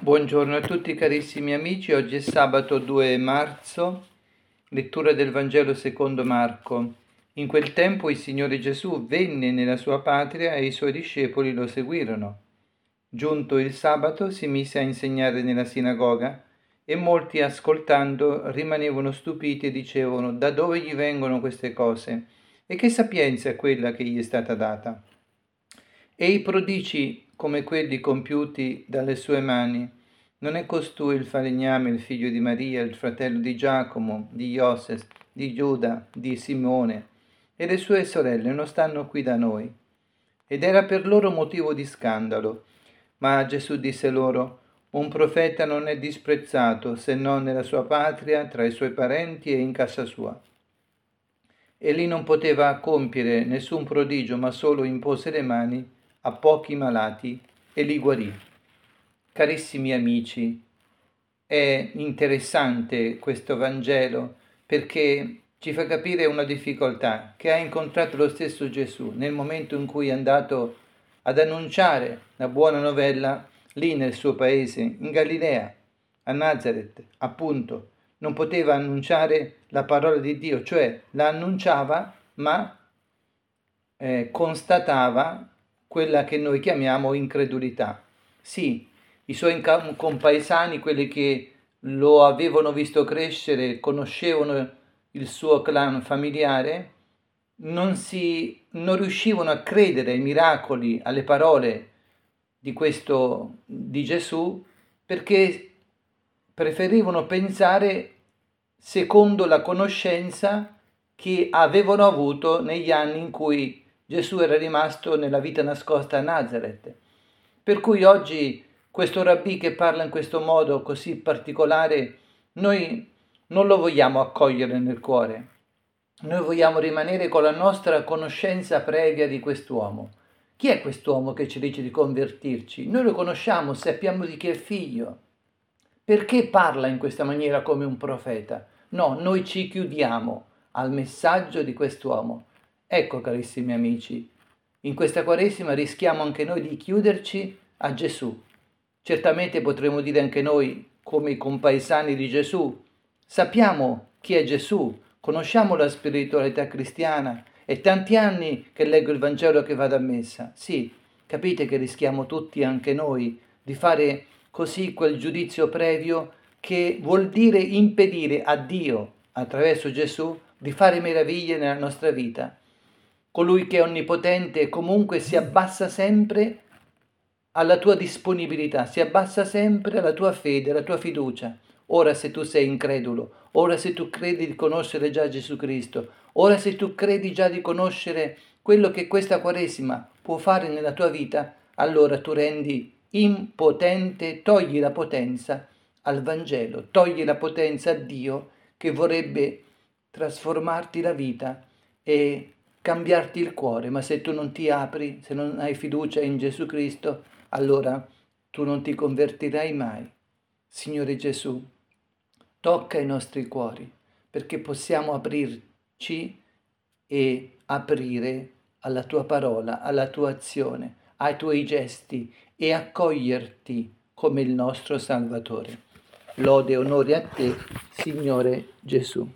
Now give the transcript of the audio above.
Buongiorno a tutti carissimi amici, oggi è sabato 2 marzo, lettura del Vangelo secondo Marco. In quel tempo il Signore Gesù venne nella sua patria e i suoi discepoli lo seguirono. Giunto il sabato si mise a insegnare nella sinagoga e molti ascoltando rimanevano stupiti e dicevano: da dove gli vengono queste cose? E che sapienza è quella che gli è stata data? E i prodigi come quelli compiuti dalle sue mani, non è costui il falegname, il figlio di Maria, il fratello di Giacomo, di Iose, di Giuda, di Simone, e le sue sorelle non stanno qui da noi? Ed era per loro motivo di scandalo. Ma Gesù disse loro: un profeta non è disprezzato se non nella sua patria, tra i suoi parenti e in casa sua. E lì non poteva compiere nessun prodigio, ma solo impose le mani a pochi malati e li guarì. Carissimi amici, è interessante questo Vangelo perché ci fa capire una difficoltà che ha incontrato lo stesso Gesù nel momento in cui è andato ad annunciare la buona novella lì nel suo paese, in Galilea, a Nazareth, appunto. Non poteva annunciare la parola di Dio, cioè la annunciava, ma constatava quella che noi chiamiamo incredulità. Sì, i suoi compaesani, quelli che lo avevano visto crescere, conoscevano il suo clan familiare, non riuscivano a credere ai miracoli, alle parole di Gesù, perché preferivano pensare secondo la conoscenza che avevano avuto negli anni in cui Gesù era rimasto nella vita nascosta a Nazareth. Per cui oggi questo rabbì che parla in questo modo così particolare, noi non lo vogliamo accogliere nel cuore. Noi vogliamo rimanere con la nostra conoscenza previa di quest'uomo. Chi è quest'uomo che ci dice di convertirci? Noi lo conosciamo, sappiamo di chi è figlio. Perché parla in questa maniera come un profeta? No, noi ci chiudiamo al messaggio di quest'uomo. Ecco, carissimi amici, in questa Quaresima rischiamo anche noi di chiuderci a Gesù. Certamente potremo dire anche noi, come i compaesani di Gesù, sappiamo chi è Gesù, conosciamo la spiritualità cristiana, è tanti anni che leggo il Vangelo, che vado a messa. Sì, capite che rischiamo tutti, anche noi, di fare così quel giudizio previo che vuol dire impedire a Dio, attraverso Gesù, di fare meraviglie nella nostra vita. Colui che è onnipotente comunque si abbassa sempre alla tua disponibilità, si abbassa sempre alla tua fede, alla tua fiducia. Ora se tu sei incredulo, ora se tu credi di conoscere già Gesù Cristo, ora se tu credi già di conoscere quello che questa Quaresima può fare nella tua vita, allora tu rendi impotente, togli la potenza al Vangelo, togli la potenza a Dio che vorrebbe trasformarti la vita e cambiarti il cuore, ma se tu non ti apri, se non hai fiducia in Gesù Cristo, allora tu non ti convertirai mai. Signore Gesù, tocca i nostri cuori perché possiamo aprirci e aprire alla tua parola, alla tua azione, ai tuoi gesti e accoglierti come il nostro Salvatore. Lode e onore a te, Signore Gesù.